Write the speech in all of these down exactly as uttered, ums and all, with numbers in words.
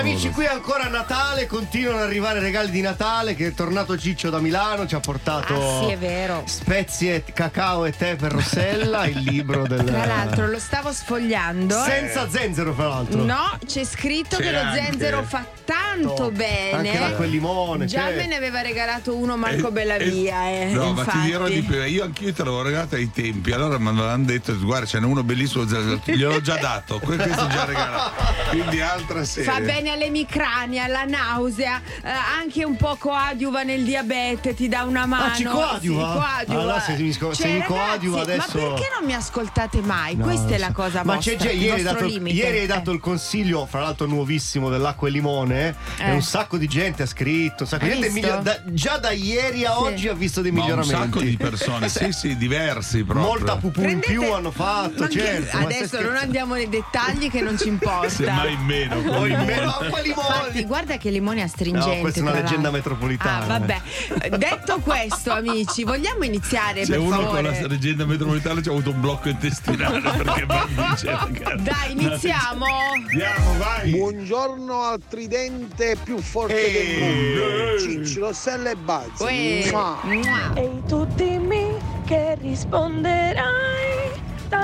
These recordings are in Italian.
Amici, qui ancora Natale, continuano ad arrivare regali di Natale, che è tornato Ciccio da Milano, ci ha portato ah, sì, è vero. spezie, cacao e tè per Rossella, il libro del... Tra l'altro lo stavo sfogliando. Senza zenzero, fra l'altro. No, c'è scritto c'è che anche. lo zenzero fa tanto Oh, bene. anche l'acqua e limone. Già cioè... me ne aveva regalato uno Marco Eh, Bellavia. Eh, no, infatti. ma ti dirò di più, io anch'io te l'avevo regalato ai tempi, allora mi avevano detto, guarda, ce n'è uno bellissimo, gliel'ho già dato, questo è già regalato, quindi altra serie. Fa bene all'emicrania, alla nausea, eh, anche un po' coadiuva nel diabete, ti dà una mano. Ah, ci coadiuva? Sì, coadiuva. Allora, se mi, sco- Cioè, se mi ragazzi, coadiuva adesso... Ma perché non mi ascoltate mai? No, Questa è so. la cosa Ma vostra, c'è già, il ieri, hai vostro dato, limite. ieri hai dato il consiglio, fra l'altro nuovissimo, dell'acqua e limone, Eh. e un sacco di gente ha scritto, un sacco di Hai gente visto? miglio- da- già da ieri a Sì. oggi ha visto dei Ma un miglioramenti. sacco di persone, sì sì, diversi proprio. Molta pupù in Prendete- più hanno fatto, Ma che- certo. ma adesso stai non andiamo nei dettagli che non ci importa. Semmai meno. con Oh, i in limoni. meno acqua e Infatti, limoni. guarda che limone astringente. No, questa è una tra leggenda l'altro. metropolitana. Ah, vabbè. Detto questo, amici, vogliamo iniziare Se per uno favore? con la leggenda metropolitana c'ha avuto un blocco intestinale perché dice, ragazzi. Dai, iniziamo. Andiamo, vai. Buongiorno al tridente più forte Ehi. del mondo, Cicci, Rossella e Bazzi. Uè. Mua. Mua. E tu dimmi che risponderai.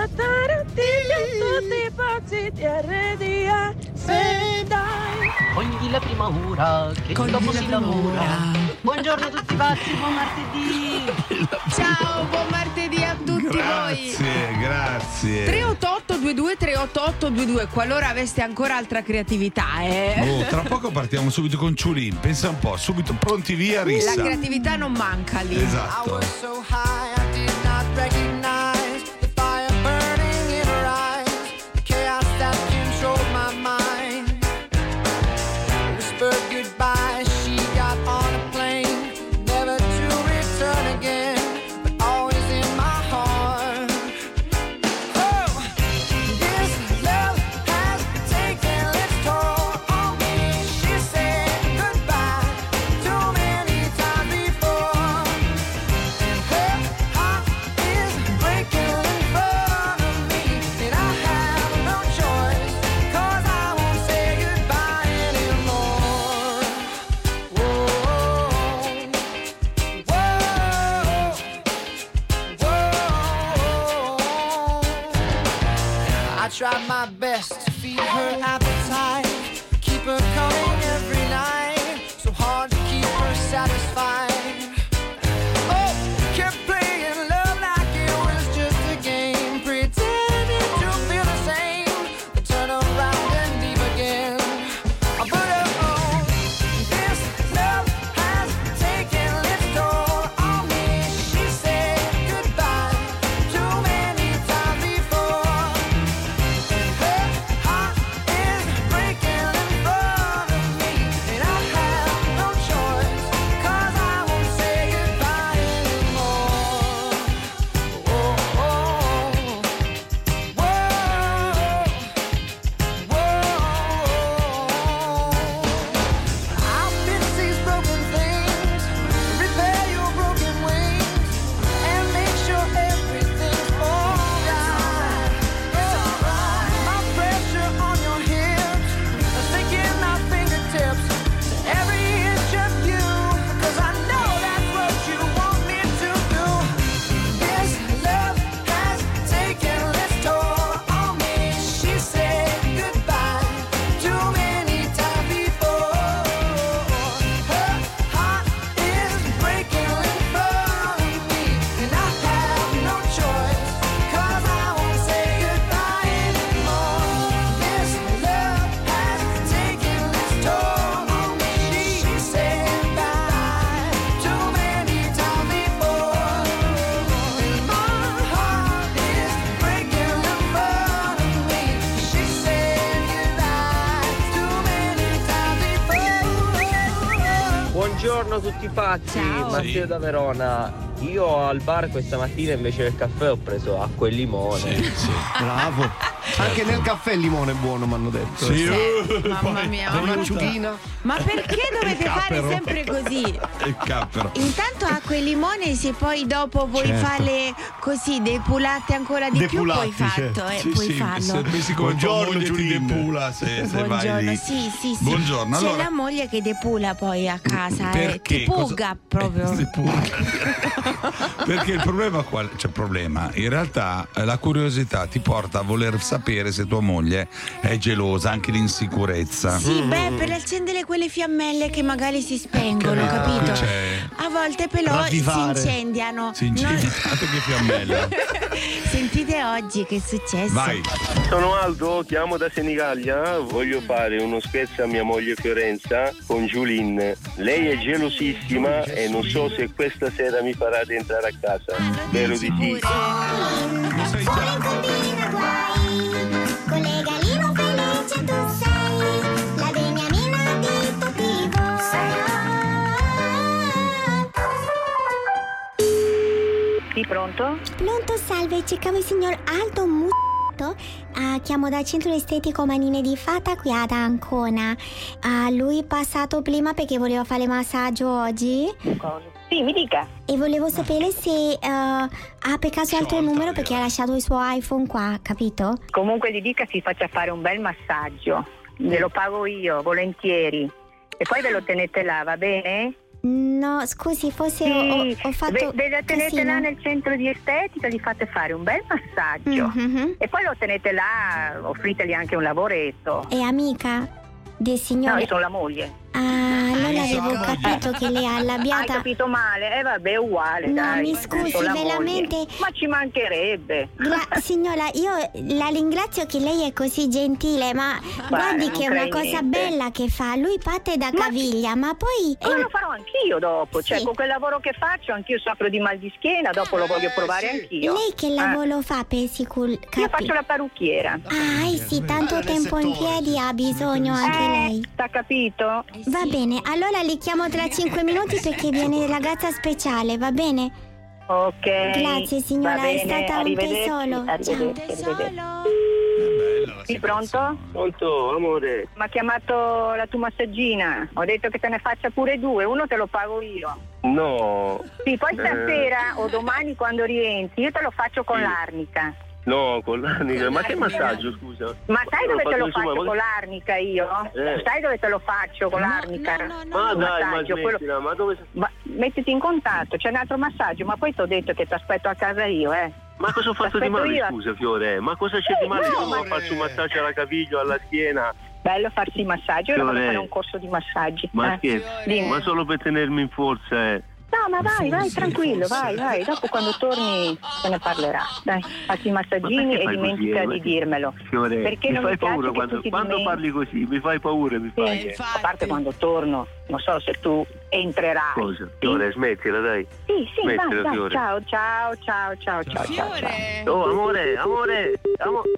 Tatarati, tutti pazzi di R D A. Se dai. Cogli la prima ora, che Cogli dopo la si prima lavora. ora. Buongiorno a tutti pazzi, buon martedì. Ciao, buon martedì a tutti voi. Grazie, grazie. tre otto otto due due tre otto otto due due qualora aveste ancora altra creatività, eh. Oh, tra poco partiamo subito con Ciulin, pensa un po', subito pronti via, La rissa. creatività non manca lì. Esatto. So high, I did not recognize the fire burning in her eyes, the chaos that controlled my mind. Whispered goodbye, she got on a plane, never to return again, but always in my heart. Oh, this love has taken its toll on me. She said goodbye too many times before. Her heart is breaking in front of me, and I have no choice, 'cause I won't say goodbye anymore. Whoa, whoa, whoa. I tried my best to feed her appetite, keep her coming every night, so hard to keep her satisfied. Oh, kept playing love like it was just a game, pretending to feel the same, but turn around and leave again. But oh, this love has taken its toll on me. She said goodbye too many times before, and her heart is breaking in front of me, and I have no choice, 'cause I won't say goodbye anymore. Whoa, whoa, whoa. I'll fix these broken things, repair your broken wings, and make sure everything's alright. It's alright. My pressure on your hips, sinking my fingertips to every inch of you, 'cause I know that's what you want me to do. This love has taken its toll on me. She said goodbye too many times before. Her heart is breaking in front of me, and I have no choice, 'cause I won't say goodbye anymore. This love has taken its toll on me. She said goodbye too many times before, and my heart is breaking in front of me. She said goodbye too many times before. Buongiorno a tutti pazzi, Ciao. Matteo da Verona. Io al bar questa mattina invece del caffè ho preso acqua e limone. Sì, sì. Bravo. Anche nel caffè il limone è buono, mi hanno detto. Sì, Eh, mamma mia. Un'acciughina. Ma perché dovete fare cappero. sempre così? Il cappero. Intanto acqua e limone, se poi dopo vuoi Certo. farle così depulate ancora di Depulati, più, puoi farlo, certo. eh, Sì, puoi sì, farlo. se pensi come tua Buongiorno, moglie ti Giulin. depula se, se vai Buongiorno, lì. sì, sì, sì. Buongiorno, C'è allora la moglie che depula poi a casa, eh. perché Ti puga cosa- proprio. Eh, si puga. Perché il problema qual c'è? problema in realtà eh, la curiosità ti porta a voler sapere se tua moglie è gelosa, anche l'insicurezza. Sì, beh, per accendere quelle fiammelle che magari si spengono, Ah, capito? qui c'è- A volte però Ravvivare. si incendiano. Si incendia, che fiammella. Sentite oggi che è successo. Vai. Sono Aldo, chiamo da Senigallia. Voglio fare uno scherzo a mia moglie Fiorenza con Giulin. Lei è gelosissima e non so se questa sera mi farà entrare a casa. Spero di sì. Lo sai già. Con le galline felice tu sei, la beniamina di tutti voi. Sì, pronto? Pronto, salve, cercavo il signor Aldo Mutto. Ah, chiamo dal centro estetico Manine di Fata qui ad Ancona. Ah, lui è passato prima perché voleva fare massaggio oggi Cosa? Sì, mi dica. e volevo sapere se eh, ha per caso altro numero perché ha lasciato il suo iPhone qua, capito? Comunque gli dica si faccia fare un bel massaggio. Glielo pago io, volentieri. E poi ve lo tenete là, va bene? No, scusi, forse Sì, ho, ho- ho fatto ve, ve lo tenete casino. là nel centro di estetica, gli fate fare un bel massaggio. Mhm. E poi lo tenete là, offritegli anche un lavoretto. È amica del No, signore. io sono la moglie. Ah, non Ah, avevo sì, capito che lei ha Hai arrabbiata. capito male? Eh vabbè, è uguale, No, dai. mi scusi, Sono la moglie. veramente- Ma ci mancherebbe. Gra- signora, io la ringrazio che lei è così gentile, ma guardi non che è una crei cosa niente. bella che fa. Lui parte da Ma- caviglia, ma poi Ma lo farò anch'io dopo, cioè Sì. con quel lavoro che faccio anch'io soffro di mal di schiena, dopo lo voglio provare anch'io. lei che Eh. lavoro fa per sicuro? Io Capi- faccio la parrucchiera. Ah, eh sì, tanto Nel tempo in settore, piedi ha bisogno anche Eh, lei. t'ha capito? Va bene, allora li chiamo tra cinque minuti perché viene la ragazza speciale, va bene? Ok. Grazie, signora, va bene, è stata un arrivederci, tesoro. Arrivederci, arrivederci. Bella la Sì, pronto? Pronto, amore? Mi ha chiamato la tua massaggina. Ho detto che te ne faccia pure due, uno te lo pago io. No. Sì, poi Eh. stasera o domani quando rientri io te lo faccio con Sì. l'arnica. No, con l'arnica. Ma che massaggio, scusa? Ma sai dove te lo faccio insomma, con l'arnica io? Eh. Sai dove te lo faccio con l'arnica? no, no, no, Ma Il dai, ma massaggio, quello- smettila, ma dove... Ma mettiti in contatto, c'è un altro massaggio, ma poi ti ho detto che ti aspetto a casa io, eh. Ma cosa ho fatto di Aspetto male, io. scusa, Fiore? Ma cosa c'è di male no, se ma- io faccio un massaggio alla caviglia, alla schiena? Bello farsi i massaggi, ora vado a Fiore. fare un corso di massaggi. Ma eh. scherzi? Dimmi. Ma solo per tenermi in forza, eh. No, ma vai, vai, tranquillo, vai, vai. Dopo quando torni se ne parlerà. Dai, fatti i Ma massaggini perché e fai dimentica così, eh? di dirmelo. Fiore, Perché mi non fai mi piace paura che quando, tu ti quando dimentichi. parli così, mi fai paura, mi Sì, fai. infatti. a parte quando torno, non so se tu entrerai. Cosa? Sì? Fiore, smettila, dai. Sì, sì, Smettila, vai, vai. Fiore. Ciao, ciao, ciao, ciao, ciao, ciao, ciao. Fiore. Oh, amore, amore, amore.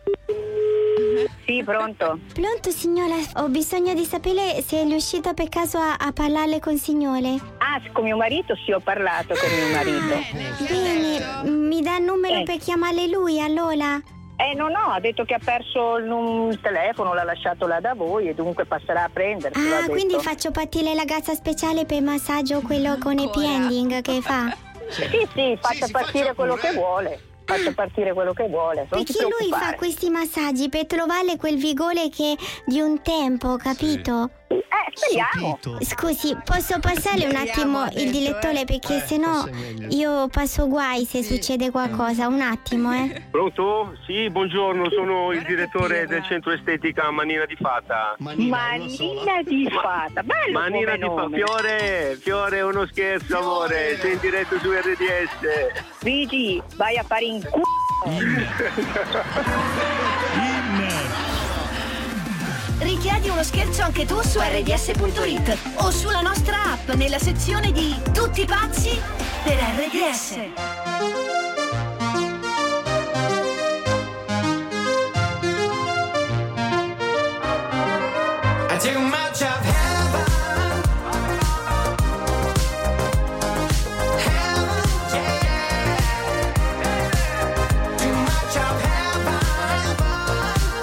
Sì, pronto? Pronto signora, ho bisogno di sapere se è riuscita per caso a, a parlarle col signore. Ah, con mio marito sì, ho parlato con mio marito. Bene, mi dà il numero Eh. per chiamarle lui allora? Eh no, no, ha detto che ha perso il, num- il telefono, l'ha lasciato là da voi e dunque passerà a prenderselo. ha Ah, detto. quindi faccio partire la ragazza speciale per massaggio, quello con happy Ancora? ending che fa? Sì, sì, faccia si partire faccia quello pure. che vuole. Faccia partire quello che vuole. Non ti Perché lui preoccupare. fa questi massaggi per trovare quel vigore che di un tempo, capito? Eh, speriamo. Sopito. Scusi, posso passare un attimo Speriamo, ha il detto, direttore perché Eh, sennò forse è meglio. io passo guai se succede qualcosa. Un attimo, eh. Pronto? Sì, buongiorno, sono il direttore del centro estetica Manina di Fata. Manina, una sola. Manina di fata. Bello Manina come di Fata. nome. Fiore, Fiore è uno scherzo, amore. Sei in diretto su R D S. Gigi, vai a fare in culo. Richiedi uno scherzo anche tu su R D S punto it o sulla nostra app nella sezione di Tutti pazzi per R D S. I take much of heaven, heaven, yeah. Too much of heaven,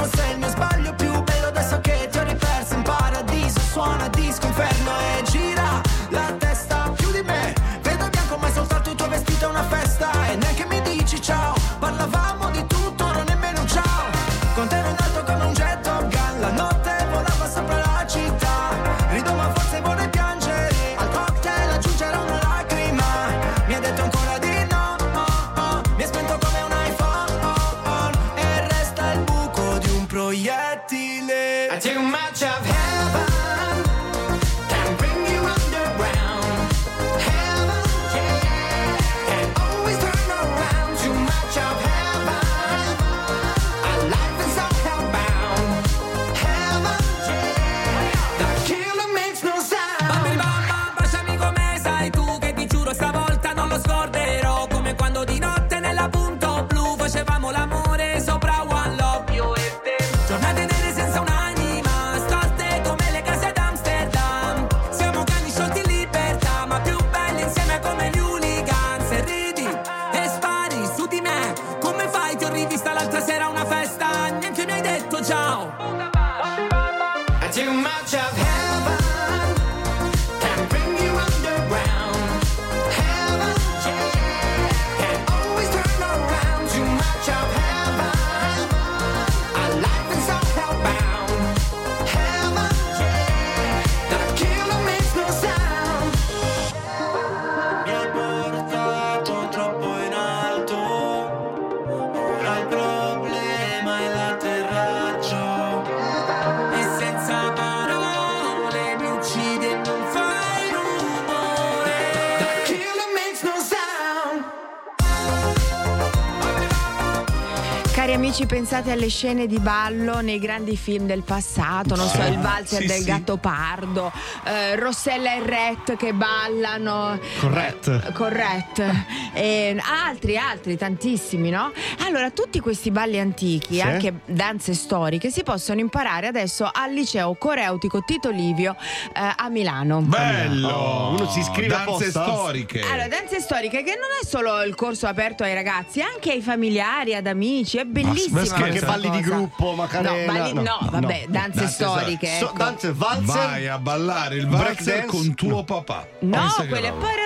Vediamo se il mio sbaglio più bello adesso che ti ho riperso in paradiso. Suona disco inferno e gira la testa più di me. Vedo bianco ma è soltanto il tuo vestito è una festa. E neanche mi dici ciao. Parlavamo di tutto, non nemmeno un ciao. Con te ero in alto come un jet Top Gun. La notte volava sopra la città. Rido ma forse vorrei piangere. Al cocktail aggiungerò una lacrima. Mi ha detto ancora di no, oh, oh. Mi ha spento come un iPhone, oh, oh. E resta il buco di un proiettile. I too much of heaven can bring you underground. Heaven, yeah, can always turn around. Too much of heaven, our life is all hellbound. Heaven, yeah, the killer makes no sound. Bambini bamba, baciami come sai tu, che ti giuro stavolta non lo scorderò. Come quando di notte nella punto blu facevamo l'amore sopra One Love, io e te. Giornate nere senza un'anima, storte come le case d'Amsterdam. Siamo cani sciolti in libertà, ma più belli insieme come gli hooligans. E ridi e spari su di me. Come fai? Ti ho rivista l'altra sera a una festa, neanche mi hai detto ciao. Too much of heaven can bring you underground. Heaven, yeah, can always turn around. Too much of heaven, our life is all hellbound. Heaven, yeah, the killer makes no sound. Mi ha portato troppo in alto, ora il problema è l'atterraggio. E senza parole mi uccidi e non fai rumore. The killer makes no sound. Cari amici, pensate alle scene di ballo nei grandi film del passato, non so, il valzer Sì, del sì. Gattopardo, eh, Rossella e Rhett che ballano. Corretto. Eh, corretto. E altri, altri, tantissimi, no? Allora, tutti questi balli antichi, Sì. anche danze storiche, si possono imparare adesso al liceo coreutico Tito Livio eh, a Milano. Bello! Oh, uno si iscrive Danze apposta? storiche. Allora, danze storiche che non è solo il corso aperto ai ragazzi, anche ai familiari, ad amici, è bellissima. ma scherzi, Anche questa balli di cosa. gruppo, Macarena. No, balli, no, no, vabbè, no. danze Danze storiche. So- ecco. danze valzer. Vai a ballare il valzer Breakdance? con tuo No. papà. No, Pensa che quelle roba.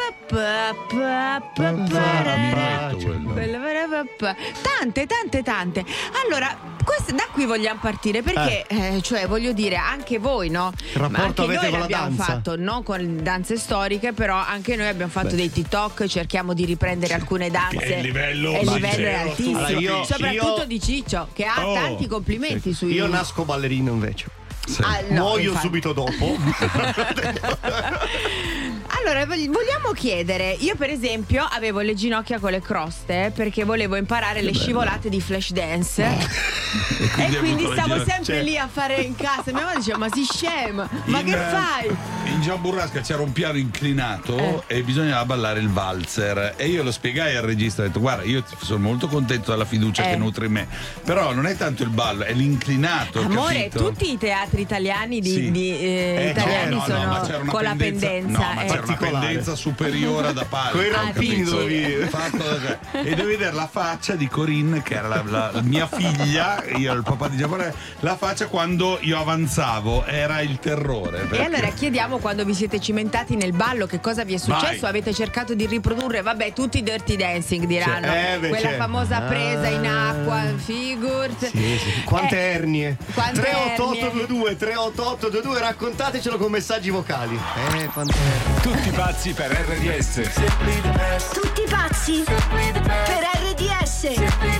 Braccio, quello. Quelle tante, tante, tante. Allora, queste- da qui vogliamo partire perché, eh, cioè, voglio dire, anche voi, no? Che rapporto Ma anche avete noi con la l'abbiamo danza? fatto, non con danze storiche, però anche noi abbiamo fatto Beh. dei TikTok, cerchiamo di riprendere alcune danze. Che il livello E il ma livello è zero, altissimo, Allora, io- soprattutto io- di Ciccio, che ha Oh, tanti complimenti sui. Io nasco ballerino invece. Sì. Ah, no, Muoio infatti. subito dopo. Allora, vog- vogliamo chiedere, io per esempio avevo le ginocchia con le croste perché volevo imparare le scivolate di flash dance e quindi hai quindi avuto le stavo ginocchia- sempre Cioè- lì a fare in casa. Mia mamma diceva, ma si scema, ma In, che eh, fai? In Gian Burrasca c'era un piano inclinato e bisognava ballare il valzer e io lo spiegai al regista, ho detto guarda, io ti- sono molto contento della fiducia Eh. che nutri in me, però non è tanto il ballo, è l'inclinato. Amore, capito? tutti i teatri italiani di, Sì. di, eh, Eh, italiani no, no, sono ma c'era una con la pendenza. No, ma eh. c'era una Particolare. pendenza superiore da palco. Coi rampini capito? dovevi- Fatto da- E devi vedere la faccia di Corinne, che era la, la- la mia figlia, io il papà di Giappone, la faccia quando io avanzavo era il terrore. E perché- allora chiediamo, quando vi siete cimentati nel ballo, che cosa vi è successo? Vai. Avete cercato di riprodurre, vabbè, tutti Dirty Dancing diranno, Cioè, eh, beh, quella c'è. famosa Ah. presa in acqua, figurt. Sì, sì. Quante Eh, ernie? quante tre otto otto ernie. due due tre otto otto due due, raccontatecelo con messaggi vocali. Eh, quante ernie. Tutti pazzi per R D S. Tutti pazzi per R D S.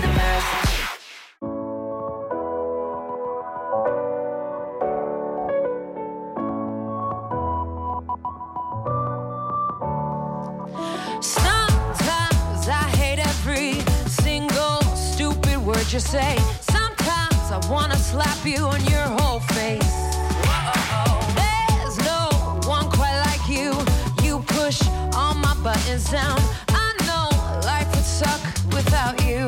Sometimes I hate every single stupid word you say. Sometimes I wanna slap you on your whole face. There's no one quite like you. You push all my buttons down. I know life would suck without you.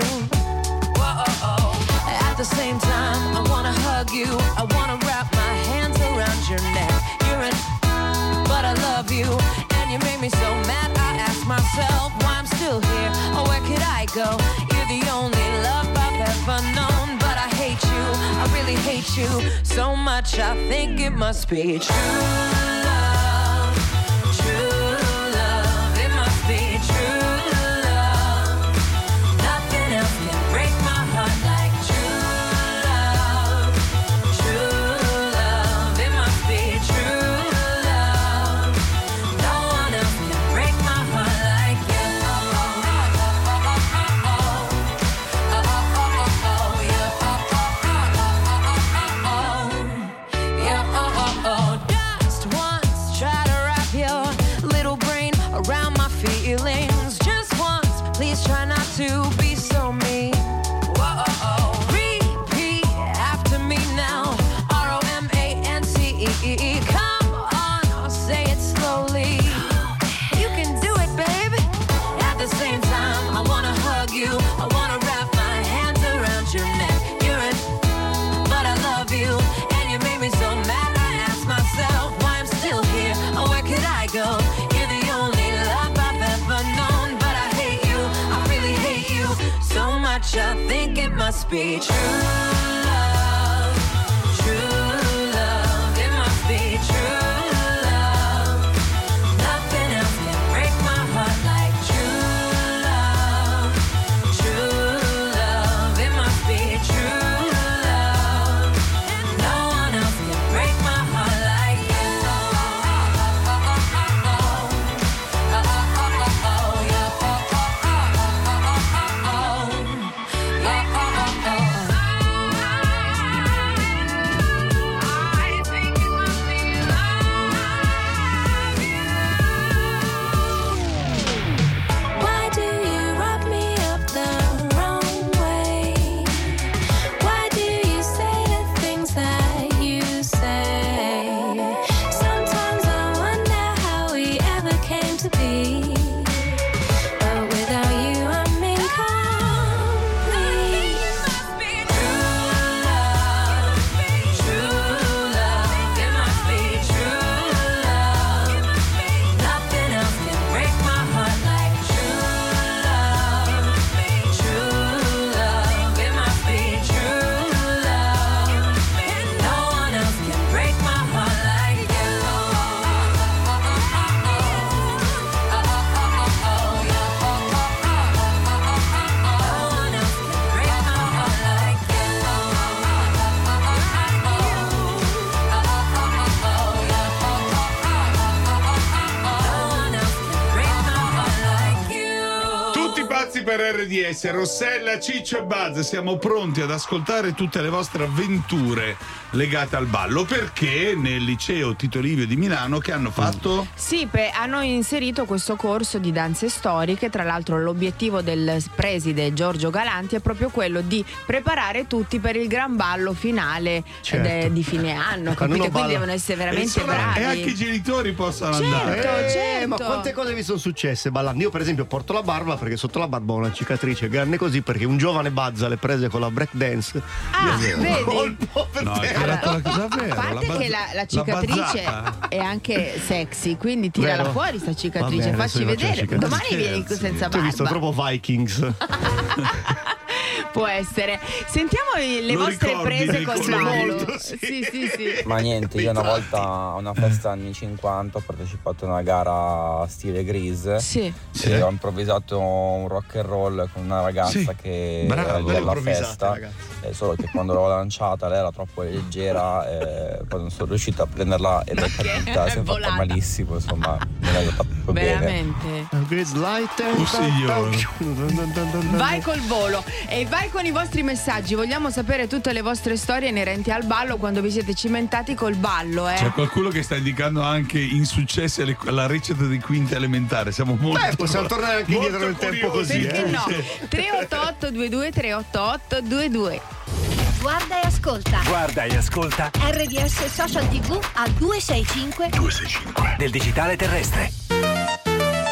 At the same time, I wanna hug you. I wanna wrap my hands around your neck. You're an but I love you, and you made me so mad. I ask myself why I'm still here, or where could I go? You're the only love I've ever known, but I hate you. about you so much I think it must be true love, true love, it must be true love. Nothing else can break my heart like true love, true love, it must be true love. No one else can break my heart like you. Around my feelings just once, please try not to be so mean. Whoa, repeat after me now. R O M A N C E. Come on, I'll say it slowly. You can do it, baby. At the same time, I wanna hug you. I wanna wrap my hands around your neck. You're it, but I love you, and you made me so mad. I ask myself why I'm still here. Oh, where could I go? You're the only love I've ever known, but I hate you, I really hate you so much I think it must be true love, true love, it must be true love. Nothing else can break my heart like true love, true love, it must be true love. No one else can break my heart like you. Why do you rub me up the wrong way? Why do you say the things that you say? Sometimes I wonder how we ever came to be. But without you I'm incomplete. True love, true love, it must be true love. Nothing else can break my heart like true love, true love, it must be true love. No one else can break my heart like you. Tutti pazzi per R D S, Rossella, Ciccio e Buzz, siamo pronti ad ascoltare tutte le vostre avventure legate al ballo, perché nel liceo Tito Livio di Milano che hanno fatto? Sì, pe- hanno inserito questo corso di danze storiche. Tra l'altro l'obiettivo del preside Giorgio Galanti è proprio quello di preparare tutti per il gran ballo finale Certo. de- di fine anno, Quando capite? uno Quindi balla- devono essere E, veramente insomma, bravi. e anche i genitori possono Certo, andare. Eh, certo. ma quante cose mi sono successe ballando? Io per esempio porto la barba perché sotto la barba ho una cicatrice grande così, perché un giovane Bazza le prese con la break dance. Ah, Io avevo un vedi? colpo per No, è terra. tirato la cosa A vera. parte la che la, la cicatrice bazzata. è anche sexy, quindi tirala Vero? fuori sta Va cicatrice, bene, facci adesso vi faccio la vedere. cicatrice. Domani vieni Scherzi. senza Ti ho visto barba. troppo Vikings. Può essere. Sentiamo i- le Lo vostre ricordi prese nel col colore? ballo. Molto, Sì, sì. sì, sì. Ma niente, io una volta a una festa anni cinquanta ho partecipato a una gara stile Grease Sì. Sì. e ho improvvisato un rock and roll con una ragazza Sì. che Bravo. era lì Bella alla improvvisata, festa, ragazzi. eh, solo che quando l'ho lanciata lei era troppo leggera e poi non sono riuscito a prenderla ed è caduta, è si è fatta volata. malissimo, insomma non è andata proprio bene. Veramente. Grease light Oh, signore. Vai col volo e vai con i vostri messaggi. Vogliamo sapere tutte le vostre storie inerenti al ballo, quando vi siete cimentati col ballo, eh. C'è qualcuno che sta indicando anche insuccessi alle- alla recita di quinta elementare. Siamo molto. Beh, possiamo tornare anche molto indietro nel tempo curiosi, così, Perché eh. no? Sì. tre otto otto due due tre otto otto due due. Guarda e ascolta. Guarda e ascolta R D S Social T V a duecentosessantacinque duecentosessantacinque del digitale terrestre. Sentite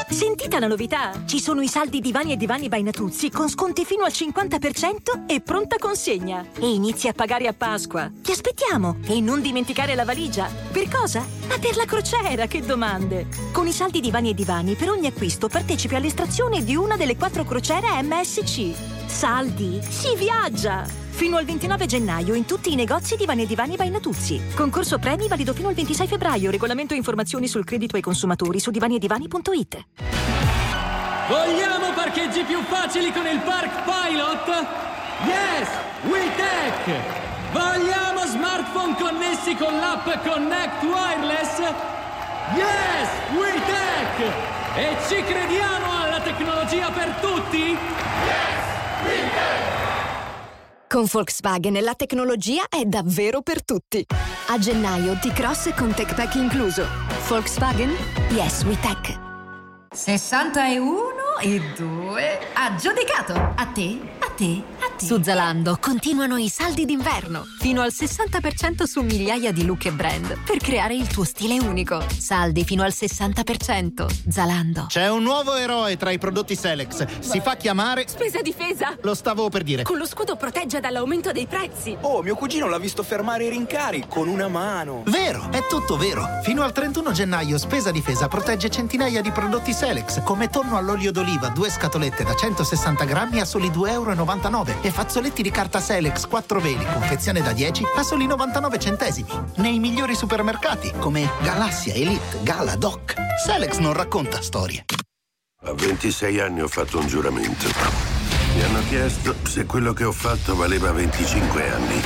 sentita la novità? Ci sono i saldi divani e divani by Natuzzi con sconti fino al cinquanta per cento e pronta consegna. E inizi a pagare a Pasqua. Ti aspettiamo! E non dimenticare la valigia. Per cosa? Ma per la crociera, che domande! Con i saldi divani e divani, per ogni acquisto partecipi all'estrazione di una delle quattro crociere M S C. Saldi! Si viaggia! Fino al ventinove gennaio in tutti i negozi Divani e Divani by Natuzzi. Concorso premi valido fino al ventisei febbraio. Regolamento e informazioni sul credito ai consumatori su divani e divani punto it. Vogliamo parcheggi più facili con il Park Pilot? Yes! WeTech! Vogliamo smartphone connessi con l'app Connect Wireless? Yes! WeTech! E ci crediamo alla tecnologia per tutti? Yes! WeTech! Con Volkswagen la tecnologia è davvero per tutti. A gennaio T-Cross con TechPack incluso. Volkswagen, yes we tech. sessantuno e due. Aggiudicato. A te, a te, a te. Su Zalando continuano i saldi d'inverno. Fino al sessanta per cento su migliaia di look e brand per creare il tuo stile unico. Saldi fino al sessanta per cento. Zalando. C'è un nuovo eroe tra i prodotti Selex. Si fa chiamare... Spesa difesa. Lo stavo per dire. Con lo scudo protegge dall'aumento dei prezzi. Oh, mio cugino l'ha visto fermare i rincari con una mano. Vero, è tutto vero. Fino al trentuno gennaio Spesa difesa protegge centinaia di prodotti Selex, come tonno all'olio d'oliva, due scatolette da centosessanta grammi a soli due e novantanove euro e fazzoletti di carta Selex quattro veli, confezione da dieci a soli novantanove centesimi. Nei migliori supermercati come Galassia, Elite, Gala, Doc. Selex non racconta storie. A ventisei anni ho fatto un giuramento. Mi hanno chiesto se quello che ho fatto valeva venticinque anni.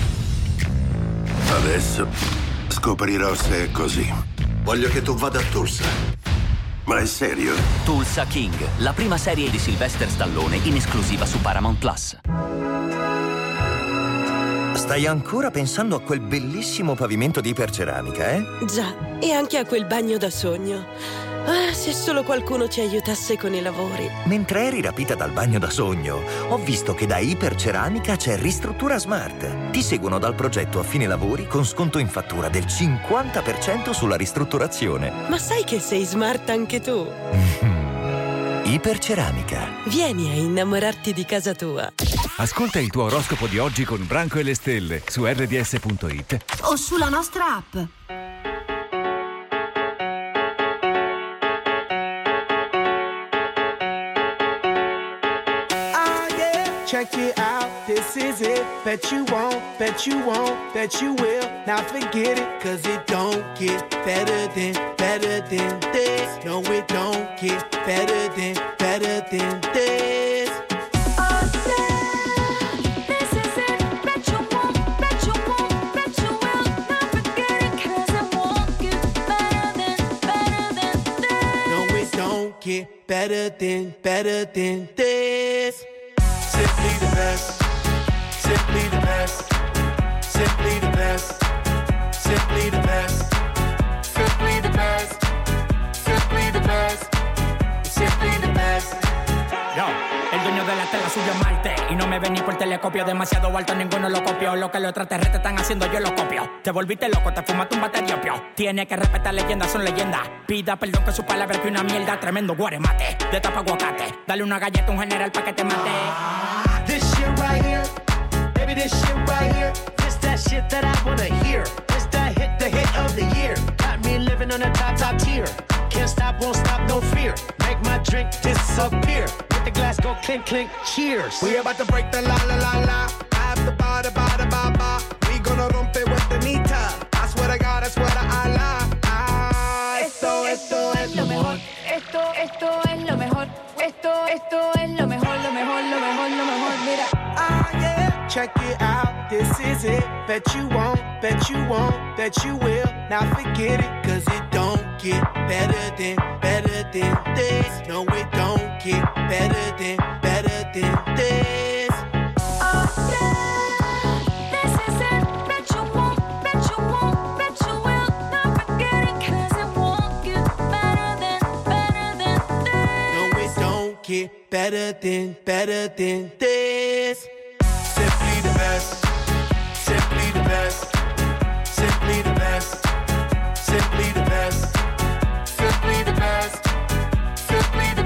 Adesso scoprirò se è così. Voglio che tu vada a Tulsa. Ma è serio? Tulsa King, la prima serie di Sylvester Stallone in esclusiva su Paramount Plus. Stai ancora pensando a quel bellissimo pavimento di iperceramica, eh? Già, e anche a quel bagno da sogno. Ah, se solo qualcuno ci aiutasse con i lavori. Mentre eri rapita dal bagno da sogno, ho visto che da Iperceramica c'è Ristruttura Smart. Ti seguono dal progetto a fine lavori con sconto in fattura del cinquanta per cento sulla ristrutturazione. Ma sai che sei smart anche tu? Iperceramica. Vieni a innamorarti di casa tua. Ascolta il tuo oroscopo di oggi con Branco e le stelle su erre di esse punto it O sulla nostra app. Check it out, this is it. Bet you won't, bet you won't, bet you will. Now forget it, cause it don't get better than, better than this. No, it don't get better than, better than this. Oh yeah, this is it. Bet you won't, bet you won't, bet you will. Now forget it, cause it won't get better than, better than this. No, it don't get better than, better than this. Simply the best, simply the best, simply the best, simply the best, simply the best, simply the best, simply the best. Yo, el dueño de la tela suyo es Marte y no me ven ni por telescopio, demasiado alto, ninguno lo copió. Lo que los extraterrestres están haciendo yo lo copio. Te volviste loco, te fumaste un bate diopio. Tiene que respetar leyendas, son leyendas. Pida perdón que su palabra que una mierda. Tremendo guaremate, de tapa aguacate. Dale una galleta a un general pa' que te mate. This shit right here, baby, this shit right here. This that shit that I wanna hear. This that hit, the hit of the year. Got me living on a top, top tier. Can't stop, won't stop, no fear. Make my drink disappear. Let the glass go clink, clink, cheers. We about to break the la, la, la, la. After ba, da, ba, da, ba, ba. We gonna rompe with the nita. I swear to God, I swear to Allah. Ah, esto, esto es lo mejor. Esto, esto es lo mejor. Esto, esto es lo mejor, lo mejor, lo mejor, lo mejor. Mira. Ah, yeah, check it out, this is it. Bet you won't, bet you won't, bet you will. Now forget it, cause it don't get better than, better than this. No, it don't get better than, better than this. Oh yeah, this is it. Bet you won't, bet you won't, bet you will. Now forget it, cause it won't get better than, better than this. No, it don't get better than, better than this. Simply the best, simply the best, simply the best, simply the best, simply the best, simply the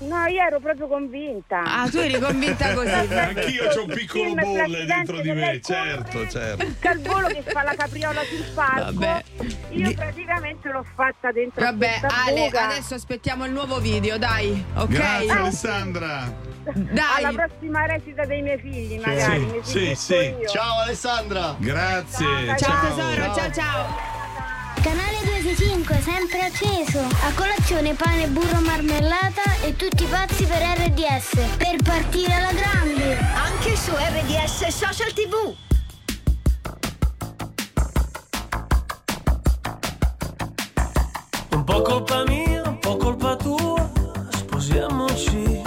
No, io ero proprio convinta. Ah, tu eri convinta così. Anch'io c'ho un piccolo Film bolle precedente dentro di che me, lei certo, certo. Calvolo che fa la capriola sul palco. Vabbè. Io Di- praticamente l'ho fatta dentro Vabbè, questa Ale, buca. adesso aspettiamo il nuovo video, dai. Ok? Grazie Alessandra. Dai. Alla prossima recita dei miei figli, magari. Sì, mi sì, finisco sì. io. Ciao Alessandra. Grazie. Ciao, Ciao tesoro, ciao ciao. Canale duemilacinque, sempre acceso. A colazione pane, burro, marmellata e tutti pazzi per R D S. Per partire alla grande. Anche su R D S Social tivù. Un po' colpa mia, un po' colpa tua, sposiamoci.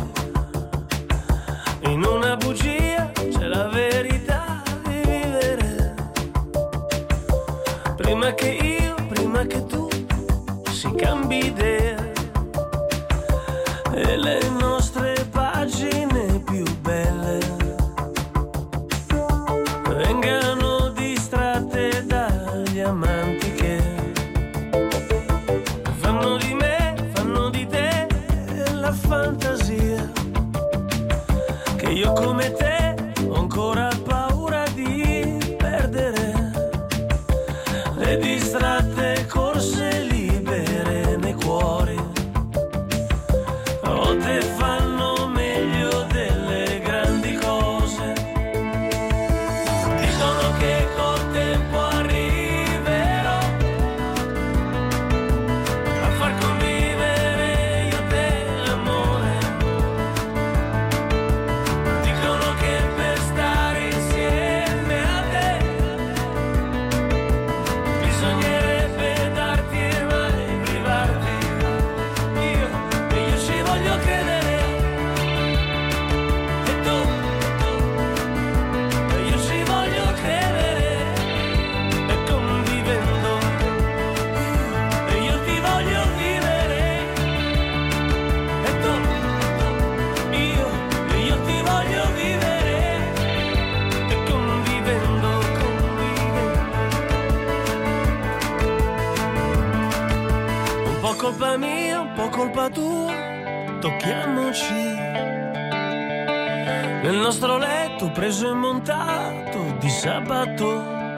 In una bugia c'è la verità di vivere. Prima che io, prima che tu si cambi idea e le nostre pagine più belle vengano distratte dagli amanti che fanno di me, fanno di te la fantasia che io come te ho ancora paura di perdere. Le distratte corse libere nei cuori a volte fanno meglio delle grandi cose. Dicono che col tempo arriverò a far convivere io te l'amore. Dicono che per stare insieme a te bisognerebbe darti e mai privarti. Io, e io ci voglio credere. E tu, e io ci voglio credere. E convivendo, e io ti voglio vivere. E tu, io, e io ti voglio vivere. E convivendo, convivendo. Un po' colpa mia, un po' colpa tua, tocchiamoci. Nel nostro letto preso e montato di sabato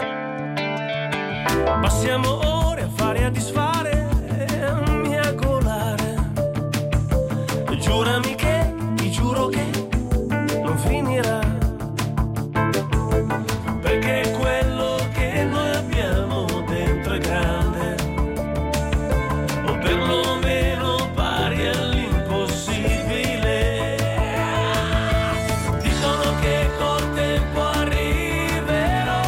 passiamo ore a fare e a disfare e a miagolare. Giurami che, ti giuro che non finirà, perché quello che noi abbiamo dentro è grande, o perlomeno pari all'impossibile. Dicono che col tempo arriverò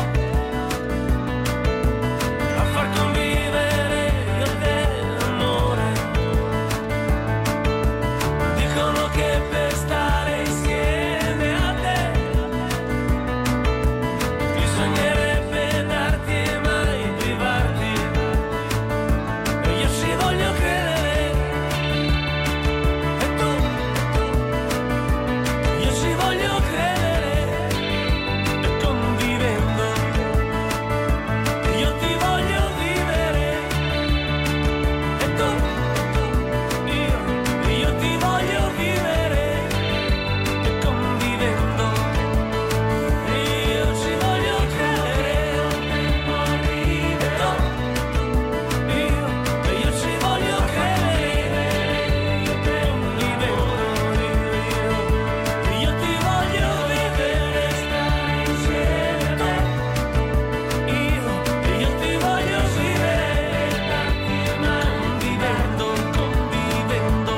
a far convivere io e te l'amore. Dicono che per stare insieme a te bisognerebbe darti e mai privarti. E io ci voglio credere. E tu, io ci voglio credere. E convivendo, io ti voglio vivere. E tu, io, io ti voglio vivere. E convivendo, io ci voglio credere. E tu, io, e io ci voglio credere. Io te convivendo, io ti voglio vivere. Stare insieme a te. Io, e io ti voglio vivere. Convivendo, convivendo,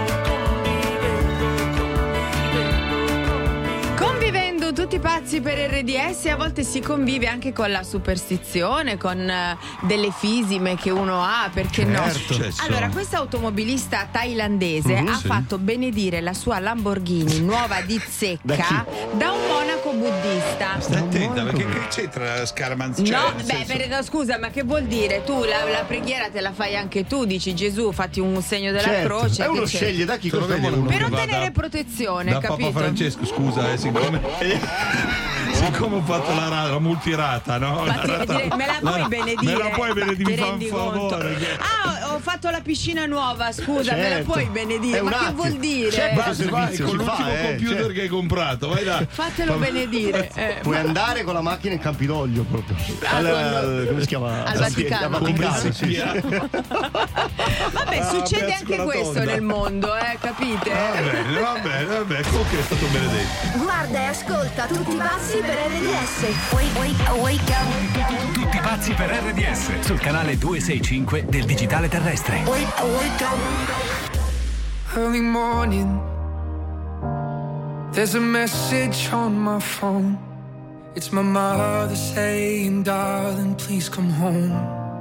convivendo, Convivendo tutti pazzi per R D S, a volte si convive anche con la superstizione, con eh, delle fisime che uno ha, perché no? Certo. Allora, questa automobilista thailandese Mhm, ha sì. fatto benedire la sua Lamborghini nuova di Da zecca chi? da un monaco buddista. Stai attenta, perché che c'entra la scaramanzia? No, Cioè, nel beh, senso- per- no, scusa, ma che vuol dire? Tu la, la preghiera te la fai anche tu, dici Gesù, fatti un segno della Certo. croce. E uno che c'è? sceglie da chi Te lo cosa vedi vuole. uno Per che va ottenere da- protezione, da capito? Papa Francesco, scusa, eh, siccome, siccome ho fatto la, ra- la multirata, no? Ma La ti- rata- dire- me la puoi la- benedire? Me la puoi Ma benedire, ti mi fa un rendi conto? favore. che- Ah, ho, ho fatto la piscina nuova, scusa, me la Certo. puoi benedire? È un Ma che attimo. vuol dire? C'è Vai, questo vai, servizio, con si l'ultimo fa, eh, computer cioè. che hai comprato, vai là. Fatelo benedire. Eh, Puoi andare con la macchina in Campidoglio proprio. Al, al- come si chiama? Al Vaticano. Al Vaticano, sì. Vabbè, Ah, succede Piazza anche Rotonda. questo nel mondo, eh, capite? Va bene, va bene, va bene. Comunque è stato benedetto. Guarda e ascolta tutti pazzi per R D S. Wake, wake, wake up. Tutti pazzi per R D S sul canale duecentosessantacinque del digitale terrestre. Wake, wake up. Early morning. There's a message on my phone. It's my mother saying, darling, please come home.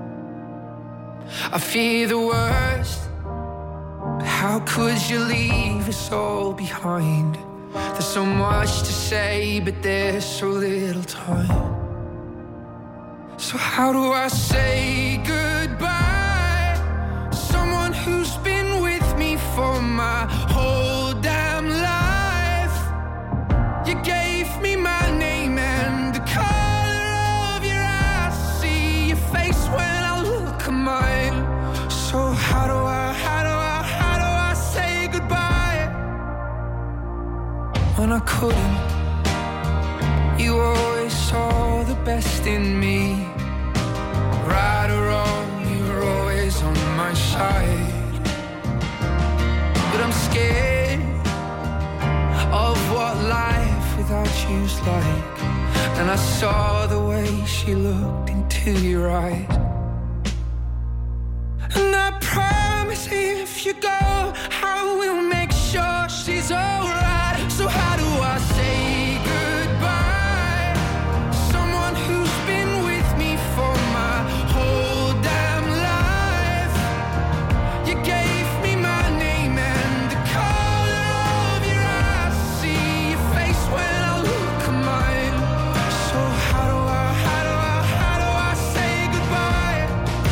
I fear the worst. But how could you leave us all behind? There's so much to say, but there's so little time. So how do I say goodbye? Someone who's been with me for my whole damn life. You gave me my name and the color of your eyes. See your face when I look at mine. So how do I, how do I, how do I say goodbye? When I couldn't, you always saw the best in me. Right or wrong, you were always on my side. But I'm scared of what life without you's like. And I saw the way she looked into your eyes. And I promise if you go, I will make sure she's alright. So how do I say goodbye? Someone who's been with me for my whole damn life. You gave me my name and the color of your eyes. See your face when I look at mine. So how do I, how do I, how do I say goodbye?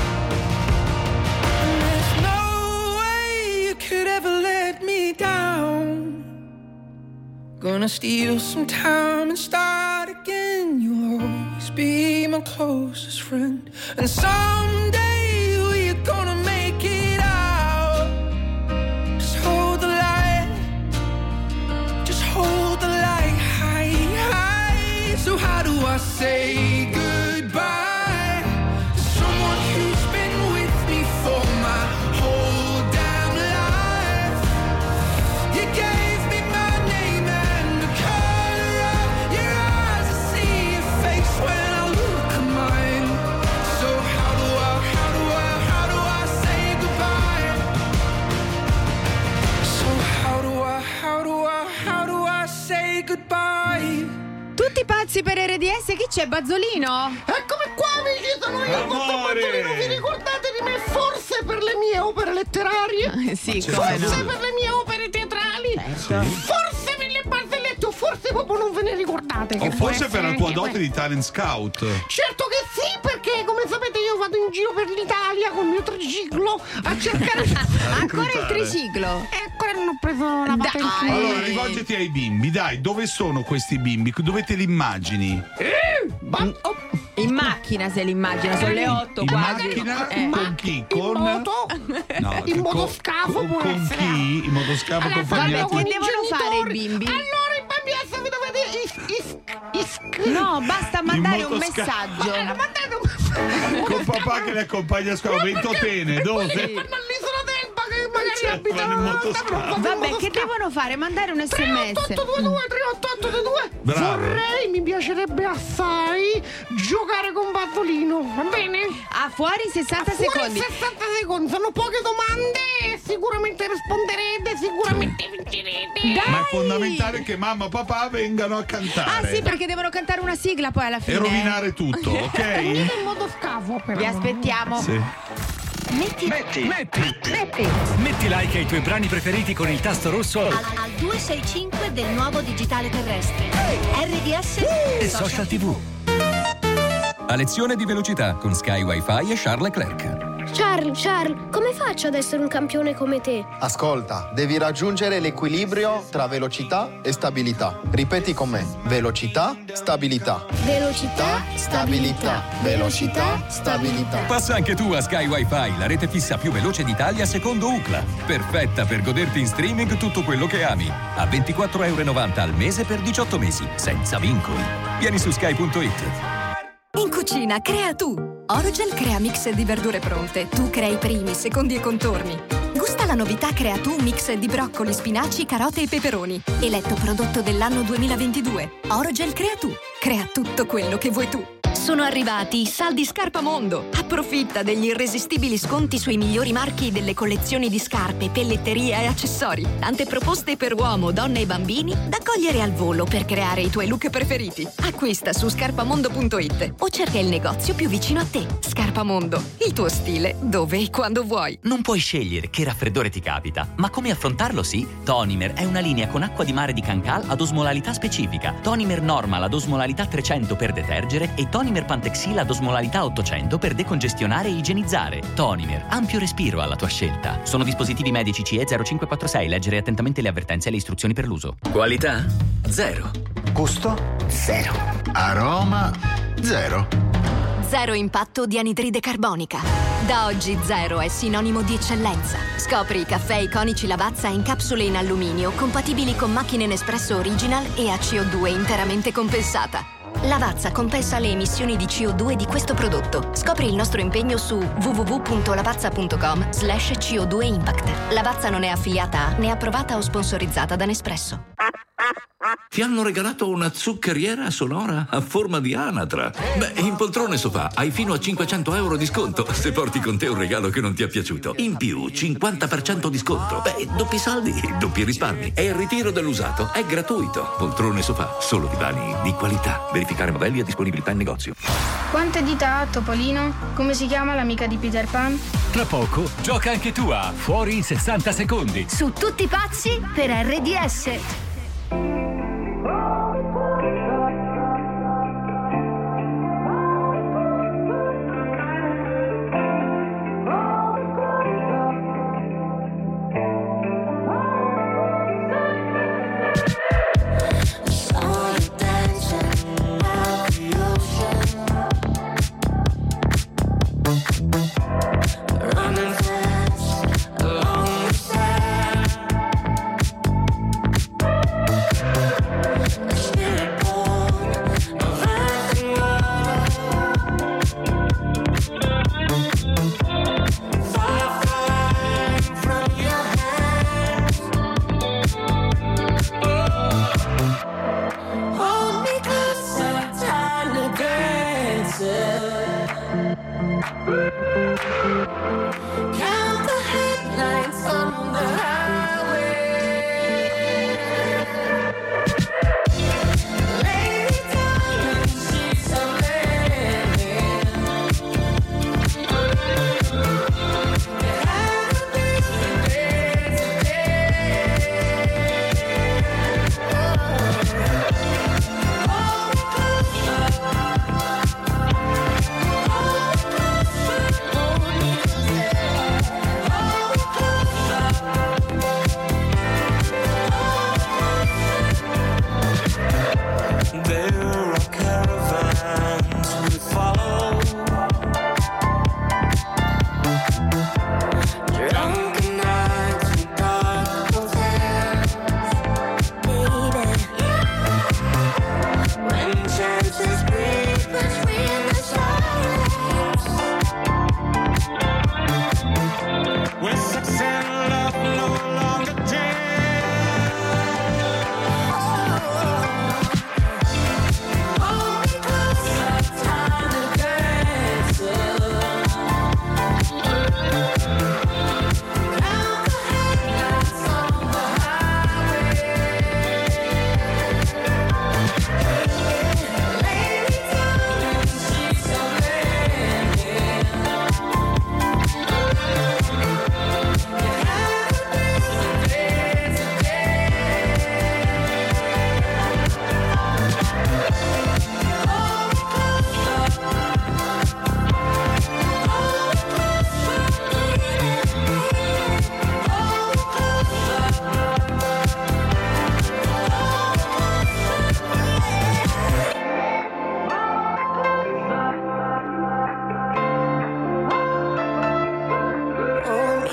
And there's no way you could ever let me down. Gonna steal some time and start again. You'll always be my closest friend. And someday we're gonna make it out. Just hold the light. Just hold the light high, high. So how do I say goodbye to someone who's been with me for my whole damn life? You gave me my name and the color of your eyes. I see your face when I look at mine. So how do I, how do I, how do I say goodbye? So how do I, how do I, how do I say goodbye? Tutti pazzi per R D S, chi c'è? Bazzolino? Eccomi qua, amici, sono io, il vostro Amore! Bazzolino. Vi ricordate di me forse per le mie opere letterarie? Sì, Ma come Forse no. per le mie opere teatrali? Forse per le barzellette, o forse proprio non ve ne ricordate. Che O può forse per la essere tua anche dote di talent scout. Certo che sì, perché come sapete io vado in giro per l'Italia con il mio triciclo a cercare. Ancora il triciclo? E ancora non ho preso la patente. Allora, rivolgiti ai bimbi, dai, dove sono questi bimbi? Dove te li immagini? Ba- oh, In macchina se l'immagina, sono le otto In quasi. macchina? Eh. Con chi? in Con moto, No, in con- motoscafo con, può con essere. chi? In motoscafo Allora, accompagnato? Che con i devono fare i genitori. bimbi? Allora i bambini adesso vi dovete is, is, is, No, basta mandare un motosca- messaggio. Allora, mandate un Con papà che li accompagna a scuola, Ventotene, dove? Vanno all'isola d'Elba che magari Cioè, abitano vanno in lontano, motoscafo. vanno in Vabbè, che motoscafo. devono fare? Mandare un tre otto otto due due sms. tre otto otto due due. Bravo. Vorrei, mi piacerebbe assai giocare con Bazzolino, va bene? Ah, fuori sessanta Fuori secondi. sessanta secondi, sono poche domande e sicuramente risponderete, sicuramente vincerete. Dai! Ma è fondamentale che mamma e papà vengano a cantare. Ah sì, perché devono cantare una sigla poi alla E fine. rovinare tutto, ok? Venite in motoscafo però. Vi aspettiamo. Sì. Metti, Metti, metti, metti metti like ai tuoi brani preferiti con il tasto rosso al, al duecentosessantacinque del nuovo digitale terrestre. R D S e Social tivù. A lezione di velocità con Sky Wi-Fi e Charles Leclerc. Charles, Charles, come faccio ad essere un campione come te? Ascolta, devi raggiungere l'equilibrio tra velocità e stabilità. Ripeti con me. Velocità, stabilità. Velocità, stabilità. Velocità, stabilità. Passa anche tu a Sky Wi-Fi, la rete fissa più veloce d'Italia secondo U C L A. Perfetta per goderti in streaming tutto quello che ami. A ventiquattro e novanta euro al mese per diciotto mesi, senza vincoli. Vieni su sky punto it. In cucina crea tu. Orogel crea mix di verdure pronte. Tu crei primi, secondi e contorni. Gusta la novità Crea tu mix di broccoli, spinaci, carote e peperoni. Eletto prodotto dell'anno duemilaventidue. Orogel crea tu. Crea tutto quello che vuoi tu. Sono arrivati i saldi Scarpamondo. Approfitta degli irresistibili sconti sui migliori marchi delle collezioni di scarpe, pelletteria e accessori. Tante proposte per uomo, donne e bambini da cogliere al volo per creare i tuoi look preferiti. Acquista su scarpamondo punto it o cerca il negozio più vicino a te. Scarpamondo, il tuo stile dove e quando vuoi. Non puoi scegliere che raffreddore ti capita, ma come affrontarlo sì? Tonimer è una linea con acqua di mare di Cancal ad osmolarità specifica. Tonimer Normal ad osmolarità trecento per detergere e Tonimer Pantexil ad osmolarità ottocento per decongestionare e igienizzare. Tonimer, ampio respiro alla tua scelta. Sono dispositivi medici C E zero cinque quattro sei. Leggere attentamente le avvertenze e le istruzioni per l'uso. Qualità? Zero. Gusto? Zero. Aroma? Zero. Zero impatto di anidride carbonica. Da oggi Zero è sinonimo di eccellenza. Scopri i caffè iconici Lavazza in capsule in alluminio compatibili con macchine Nespresso Original e a C O due interamente compensata. Lavazza compensa le emissioni di C O due di questo prodotto. Scopri il nostro impegno su w w w punto lavazza punto com slash C O due impact. Lavazza non è affiliata a né approvata o sponsorizzata da Nespresso. Ti hanno regalato una zuccheriera sonora a forma di anatra. Beh, in Poltrone Sofà hai fino a cinquecento euro di sconto se porti con te un regalo che non ti è piaciuto. In più, cinquanta per cento di sconto. Beh, doppi saldi, doppi risparmi. E il ritiro dell'usato è gratuito. Poltrone Sofà, solo divani di qualità. Verificare modelli a disponibilità in negozio. Quante dita ha Topolino? Come si chiama l'amica di Peter Pan? Tra poco gioca anche tu a Fuori in sessanta secondi. Su Tutti pazzi per R D S. Running fast along the side.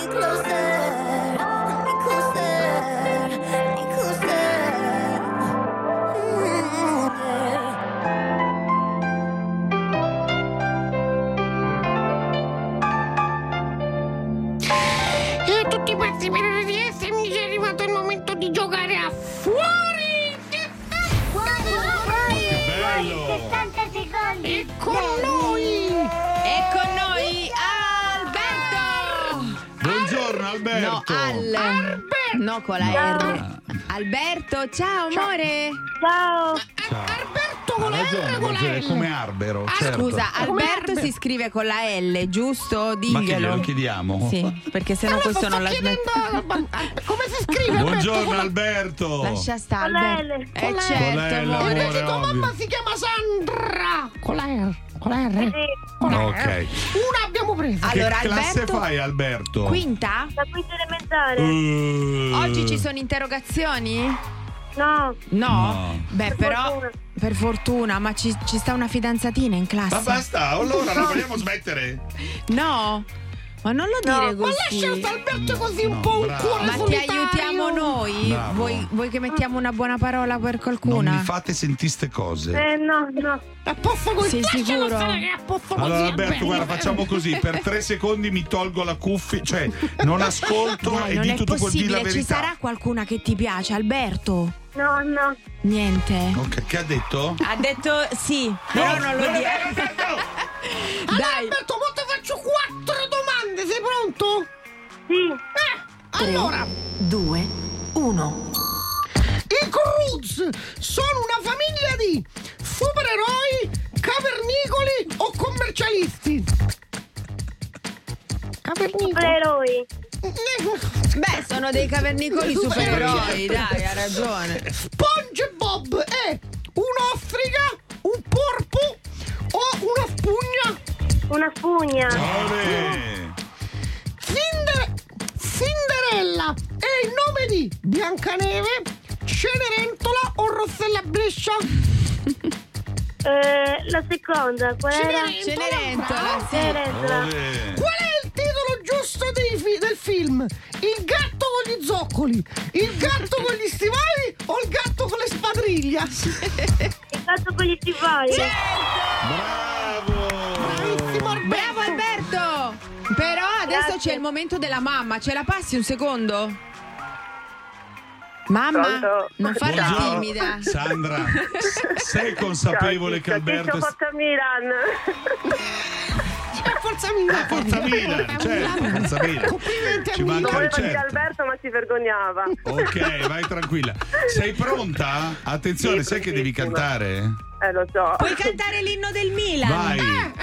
me closer, me closer, me closer. E a tutti i pazzi per R D S, mi è arrivato il momento di giocare a fuori. Bello! sessanta secondi. E con noi, E con noi Alberto! Buongiorno Alberto. No, Al. Alberto. No, con la R. Alberto, ciao amore. Ciao. Alberto Ha con la R ragione, o con la ragione, è L? come Arbero. Ah, certo. scusa, Come Alberto Alberto. si scrive con la L, giusto? Ma che Diglielo. glielo chiediamo? Sì, perché sennò Allora, questo sto non la chiedendo smette. al ban- come si scrive Alberto? Buongiorno Con la- Alberto. Lascia stare, Con la Alberto. L. Eh Con la L. certo, Con la L, amore. amore. Invece tua ovvio. mamma si chiama Sandra con la R. Con la R. Con la Ok. R. Una abbiamo presa. Allora, Che classe Alberto- fai Alberto? Quinta? La quinta elementare? Uh, Oggi ci sono interrogazioni? No. No? No. Beh, Per però, fortuna. per fortuna, ma ci, ci sta una fidanzatina in classe. Ma basta, allora non vogliamo smettere? No, ma non lo dire Ma così. lascia sta Alberto così un No, po' un bravo. cuore Ma ti solitario. aiutiamo noi? Bravo. Vuoi, vuoi che mettiamo una buona parola per Non qualcuna? mi fate sentire ste cose. Eh no, no. A posto così. Sei lascialo sicuro? stare che è a posto così. Allora è Alberto, bello. guarda, facciamo così, per tre secondi mi tolgo la cuffia, cioè non ascolto Dai, e non di è tutto quel di la possibile, ci verità. sarà qualcuna che ti piace, Alberto? No, no. Niente. Ok, che ha detto? Ha detto sì, però non lo non è dire. vero, Alberto! Allora, Dai. Alberto, mo te faccio quattro domande. Sei pronto? Sì. Eh, allora, due, uno. i Cruz sono una famiglia di supereroi, cavernicoli o commercialisti? Cavernicoli. Supereroi. Beh, sono dei cavernicoli supereroi, dai, ha ragione. SpongeBob è un'ostrica, un porpo o una spugna? Una spugna. Olè. Cinder- Cinderella è il nome di Biancaneve, Cenerentola o Rossella Brescia? Eh, la seconda, qual era? Cenerentola, sì. Cenerentola. Olè. Qual è il titolo giusto dei fi- del film? Il gatto con gli zoccoli, il gatto con gli stivali o il gatto con le spadriglia? Il gatto con gli stivali. Bravo! Bravissimo Alberto. Bravo Alberto! Però adesso Grazie. c'è il momento della mamma, ce la passi un secondo? Mamma, Pronto? non farti Buongiorno. timida. Sandra, s- sei consapevole che Alberto è... Forza Milan. Eh, Forza Milan. Ah, Forza Milan, certo, Forza Milan. Complimenti a Ci Milan. manca Non il voleva dire certo. Alberto, ma si vergognava. Ok, vai tranquilla. Sei pronta? Attenzione, Sì, sai che devi prontissima. cantare? Eh, lo so. Puoi cantare l'inno del Milan? Vai,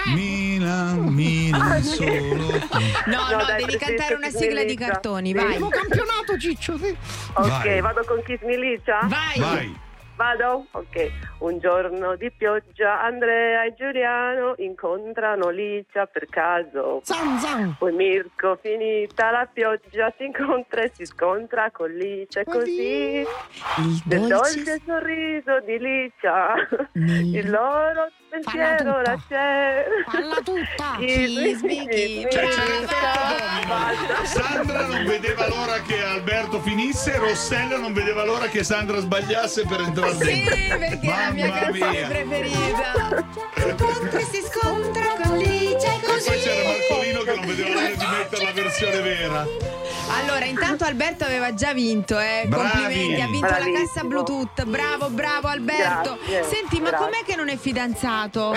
Milan, Milan, solo tu. No, no, No, dai, devi preferisco cantare una Kiss sigla di Milicia. cartoni, Sì. vai. Abbiamo campionato Ciccio, sì. Ok, Vai. vado con Kiss Milicia? Vai. Vai. Vado? Ok. Un giorno di pioggia Andrea e Giuliano incontrano Licia per caso. Zan zan. Poi Mirko, finita la pioggia, si incontra e si scontra con Licia e così. Il Del dolce dolce sorriso di Licia, Nel- il loro pensiero tutta. la c'è. Falla tutta. Kiss me, kiss me. Basta. Sandra non vedeva l'ora che Alberto finisse, Rossella non vedeva l'ora che Sandra sbagliasse per entrare Sì, dentro. perché è la mia Mamma canzone mia. preferita. Incontra e si scontra con Licia e E poi c'era così. Marcolino che non vedeva l'ora di mettere la versione vera. Allora, intanto Alberto aveva già vinto, eh. Bravi. Complimenti, ha vinto la Bravissimo. cassa Bluetooth. Bravo, bravo Alberto. Grazie, Senti, ma grazie. com'è che non è fidanzato?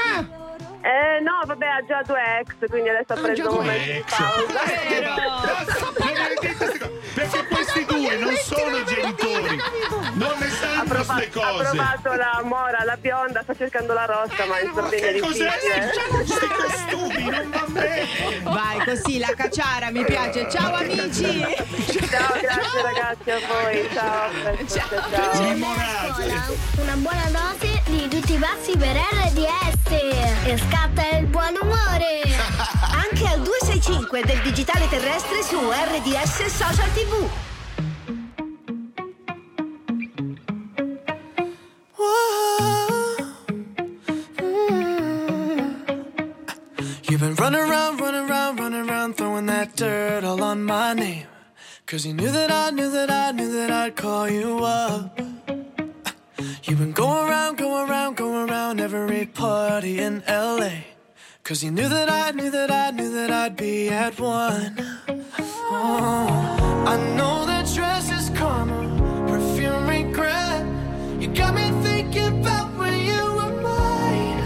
Eh no, vabbè, ha già due ex, quindi adesso ha Ah, preso già un due momento di ex. pausa. Vero? Non avete detto queste cose, perché questi due non sono genitori, non ne Ha, sanno prova- queste ha cose. provato la mora, la bionda, sta cercando la rossa, ma in Sardegna è Che cos'è? difficile. Questi costumi non va bene. Vai, così, la cacciara, mi piace. Ciao amici. Ciao, grazie ragazzi a voi, ciao. a presto, Ciao. ciao. Scuola, Limonate. una buona dose di tutti i passi per R D S e scatta il buon umore. Anche al duecentosessantacinque del digitale terrestre su R D S Social T V. You've been running around, running around, running around, throwing that dirt all all on my name. Cause you knew that I knew that I knew that I'd call you up. You've been going around, going around, going around every party in L A. Cause you knew that I knew that I knew that I'd be at one. Oh, I know that dress is karma, perfume regret. You got me thinking about when you were mine.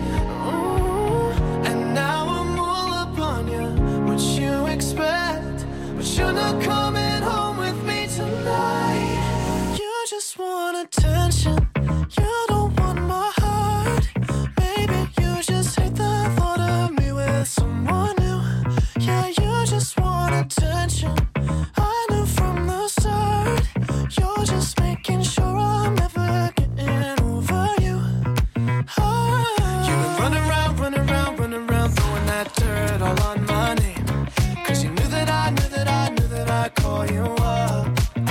Oh, and now I'm all up on you, what you expect. But you're not coming home with me tonight. You just want attention, you don't want my heart. Maybe you just hate the thought of me with someone new. Yeah, you just want attention, I knew from the start. You're just making sure I'm never getting over you. Oh. You've been running around, running around, running around, throwing that dirt all on my name. Cause you knew that I knew that I knew that I'd call you up.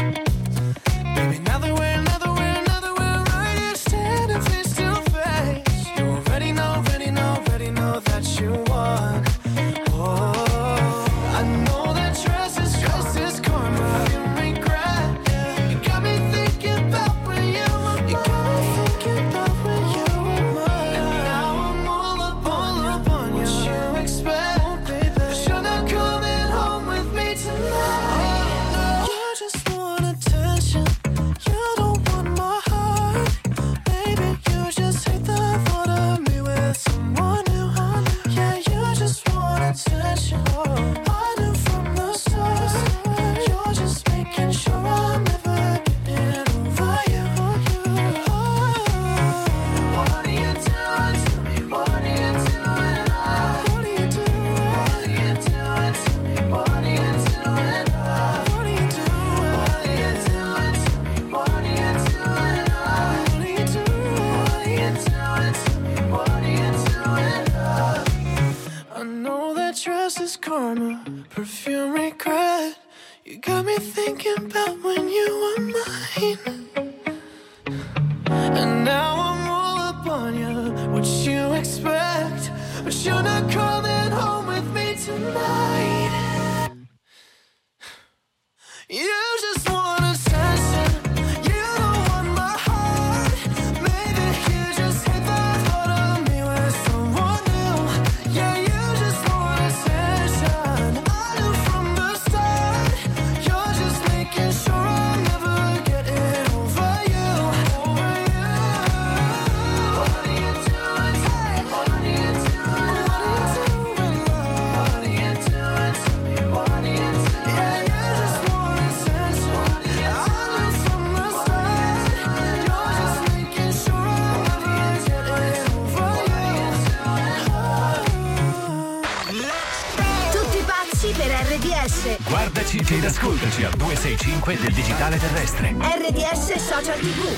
Baby, now that we're, now that we're, now that we're right here standing face to face, you already know, already know, already know that you won. Oh, I know that dress is, dress is karma, you regret. You got me thinking about when you were mine. You got me thinking about when you were mine. And now I'm all up, all up on you. What you expect, baby? But you're not coming home with me tonight. You just want attention, you don't want my heart. Maybe you just hate the thought of me with someone new. Yeah, you just want attention, I knew from the start. You're just making sure I'm never getting over you. Oh. What are you doing to me? What are you doing? What are you doing? What are you doing to me? What are you doing? What are you doing? What are you doing to me? What are you doing? What are you doing? What are you doing to me? What are you doing? I know that dress is karma, perfume regret. You got me thinking about when you were mine. And now I'm all up on you, what you expect. But you're not coming home with me tonight. You just want attention, you don't want my heart. Maybe you just hate the thought of me with someone new. Yeah, you just want attention, I knew from the start. You're just making sure I'm never getting over you. Over you. What are you doing? What are you doing? What are you doing? What are you doing to me? What are you doing? Yeah, you just want attention, I knew from the start. You're just making sure I'm never getting over you. Tutti pazzi per R D S. Guardaci ed ascoltaci al duecentosessantacinque del digitale terrestre. R D S Social T V.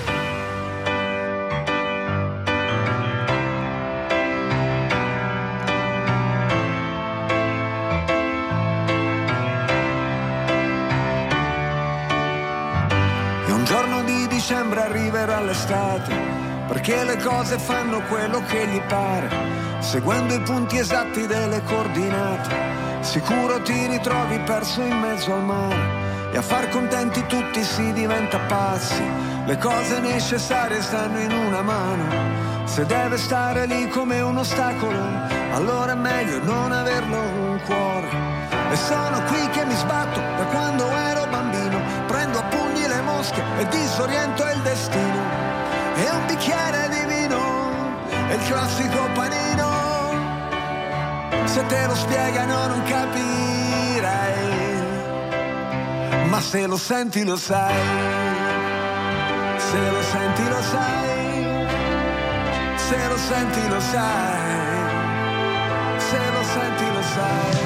E un giorno di dicembre arriverà l'estate, perché le cose fanno quello che gli pare, seguendo i punti esatti delle coordinate. Sicuro ti ritrovi perso in mezzo al mare, e a far contenti tutti si diventa pazzi. Le cose necessarie stanno in una mano, se deve stare lì come un ostacolo, allora è meglio non averlo un cuore. E sono qui che mi sbatto da quando ero bambino, prendo a pugni le mosche e disoriento il destino. E un bicchiere di vino è il classico panino, se te lo spiegano non capirai, ma se lo senti lo sai. Se lo senti lo sai, se lo senti lo sai, se lo senti lo sai.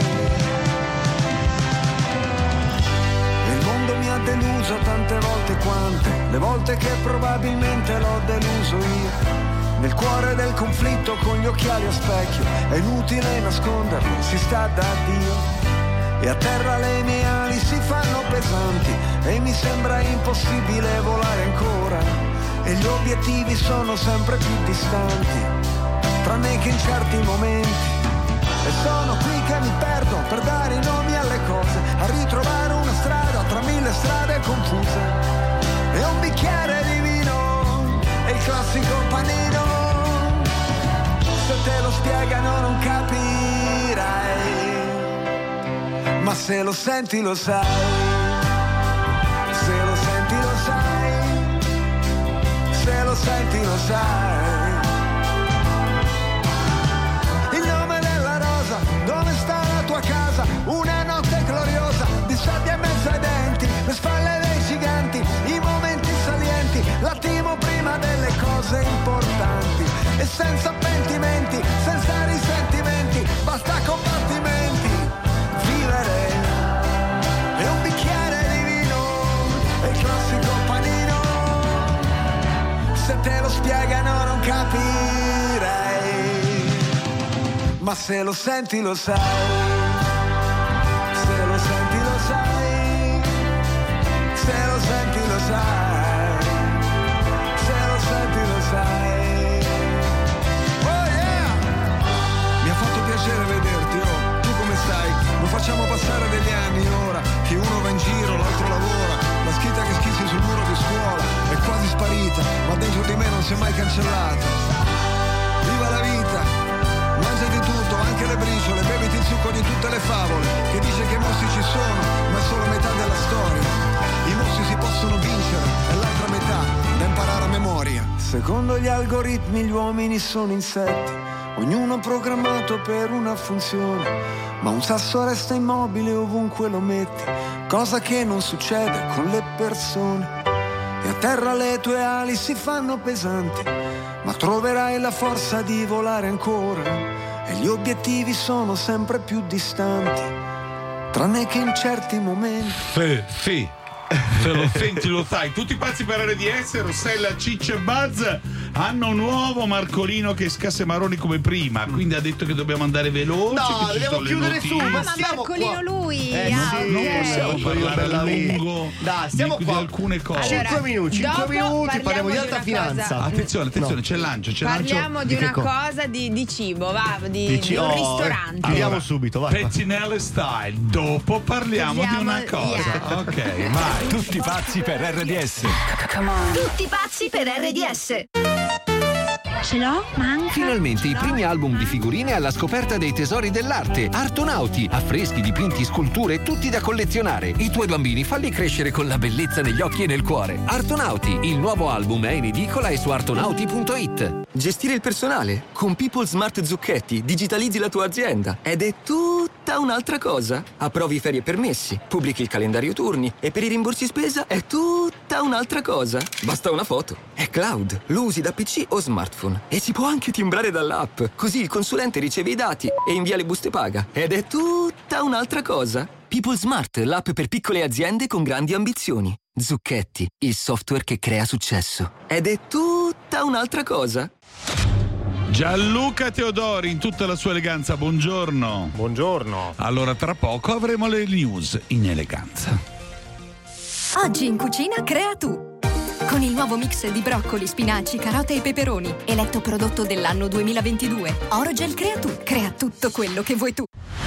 Il mondo mi ha deluso tante volte quante, le volte che probabilmente l'ho deluso io. Nel cuore del conflitto con gli occhiali a specchio, è inutile nasconderlo, si sta da Dio. E a terra le mie ali si fanno pesanti e mi sembra impossibile volare ancora. E gli obiettivi sono sempre più distanti, tranne che in certi momenti. E sono qui che mi perdo per dare i nomi alle cose, se lo senti lo sai, se lo senti lo sai, se lo senti lo sai. Il nome della rosa, dove sta la tua casa? Una notte gloriosa, di sabbia in mezzo ai denti, le spalle dei giganti, i momenti salienti, l'attimo prima delle cose importanti. E senza pentimenti, senza risentimenti, basta combattimenti, vivere. E un bicchiere di vino, e il classico panino, se te lo spiegano non capirei, ma se lo senti lo sai, se lo senti lo sai, se lo senti lo sai, se lo senti lo sai. Oh yeah! Mi ha fatto piacere vederti, oh, tu come stai? Lo facciamo passare degli anni ora, che uno va in giro, l'altro lavora, la scritta che schissi sul muro di scuola è quasi sparita, ma dentro di me non si è mai cancellata. Viva la vita! Mangiati tutto, anche le briciole, beviti il succo di tutte le favole, che dice che i mostri ci sono, ma è solo metà della storia. I mostri si possono vincere, è l'altra metà da imparare a memoria. Secondo gli algoritmi gli uomini sono insetti, ognuno programmato per una funzione, ma un sasso resta immobile ovunque lo metti, cosa che non succede con le persone. E a terra le tue ali si fanno pesanti, ma troverai la forza di volare ancora, e gli obiettivi sono sempre più distanti, tranne che in certi momenti. Sì, sì. Se lo senti lo sai. Tutti pazzi per R D S, Rossella, Ciccio e Buzz hanno un nuovo Marcolino che scasse maroni come prima, quindi ha detto che dobbiamo andare veloci. No, che ci dobbiamo sono chiudere le su. notizie. Ma Ma siamo Marcolino qua. lui. Eh, ah, sì, non ok. possiamo parlare a lungo. Dai, stiamo di, qua. di alcune cose. Allora, cinque minuti, cinque dopo minuti, parliamo di di alta una finanza. cosa. Attenzione, attenzione, No. c'è lancio, c'è Parliamo lancio. di, Di una che co- cosa di, di cibo, va, di, Dici, di un oh, ristorante. Chiudiamo subito, vai. Pezzinelle style. Dopo parliamo Chiudiamo, di una cosa. yeah. Ok, vai. Tutti pazzi per R D S. Tutti pazzi per R D S. Ce l'ho? Manca. Finalmente i primi album di figurine alla scoperta dei tesori dell'arte. Artonauti, affreschi, dipinti, sculture, tutti da collezionare. I tuoi bambini falli crescere con la bellezza negli occhi e nel cuore. Artonauti, il nuovo album è in edicola e su artonauti punto it. Gestire il personale. Con People Smart Zucchetti digitalizzi la tua azienda ed è tutta un'altra cosa. Approvi ferie e permessi, pubblichi il calendario turni e per i rimborsi spesa è tutta un'altra cosa. Basta una foto. È cloud, lo usi da P C o smartphone e si può anche timbrare dall'app. Così il consulente riceve i dati e invia le buste paga. Ed è tutta un'altra cosa. People Smart, l'app per piccole aziende con grandi ambizioni. Zucchetti, il software che crea successo. Ed è tutta un'altra cosa. Gianluca Teodori in tutta la sua eleganza, buongiorno. Buongiorno. Allora, tra poco avremo le news in eleganza. Oggi in cucina crea tu. Con il nuovo mix di broccoli, spinaci, carote e peperoni, eletto prodotto dell'anno duemilaventidue. Orogel Crea Tu, crea tutto quello che vuoi tu.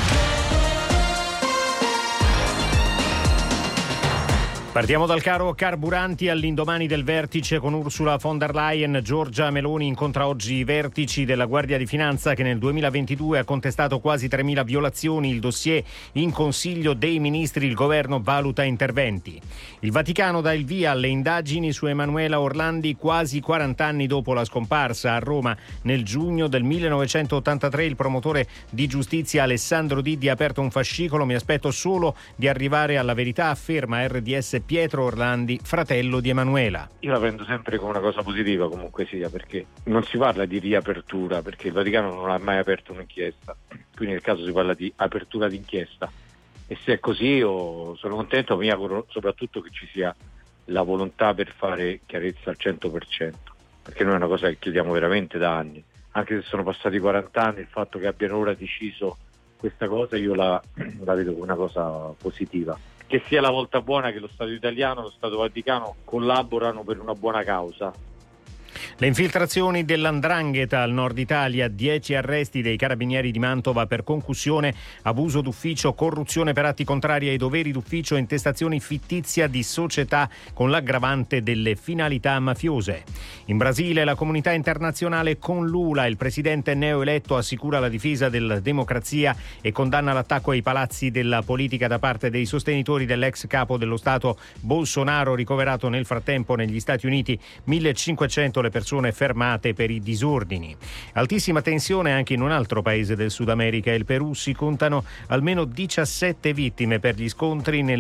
Partiamo dal caro carburanti all'indomani del vertice con Ursula von der Leyen. Giorgia Meloni incontra oggi i vertici della Guardia di Finanza che nel duemilaventidue ha contestato quasi tremila violazioni. Il dossier in Consiglio dei Ministri, il governo valuta interventi. Il Vaticano dà il via alle indagini su Emanuela Orlandi quasi quaranta anni dopo la scomparsa. A Roma nel giugno del millenovecentottantatré il promotore di giustizia Alessandro Diddi ha aperto un fascicolo. Mi aspetto solo di arrivare alla verità, afferma R D S Pietro Orlandi, fratello di Emanuela. Io la prendo sempre come una cosa positiva, comunque sia, perché non si parla di riapertura, perché il Vaticano non ha mai aperto un'inchiesta, quindi nel caso si parla di apertura d'inchiesta, e se è così io sono contento, mi auguro soprattutto che ci sia la volontà per fare chiarezza al cento per cento, perché noi è una cosa che chiediamo veramente da anni, anche se sono passati quaranta anni, il fatto che abbiano ora deciso questa cosa io la, la vedo come una cosa positiva. Che sia la volta buona che lo Stato italiano e lo Stato Vaticano collaborano per una buona causa. Le infiltrazioni dell'Andrangheta al nord Italia, dieci arresti dei carabinieri di Mantova per concussione, abuso d'ufficio, corruzione per atti contrari ai doveri d'ufficio e intestazioni fittizia di società con l'aggravante delle finalità mafiose. In Brasile la comunità internazionale con Lula, il presidente neoeletto, assicura la difesa della democrazia e condanna l'attacco ai palazzi della politica da parte dei sostenitori dell'ex capo dello Stato Bolsonaro, ricoverato nel frattempo negli Stati Uniti, millecinquecento le persone fermate per i disordini. Altissima tensione anche in un altro paese del Sud America, il Perù. Si contano almeno diciassette vittime per gli scontri nel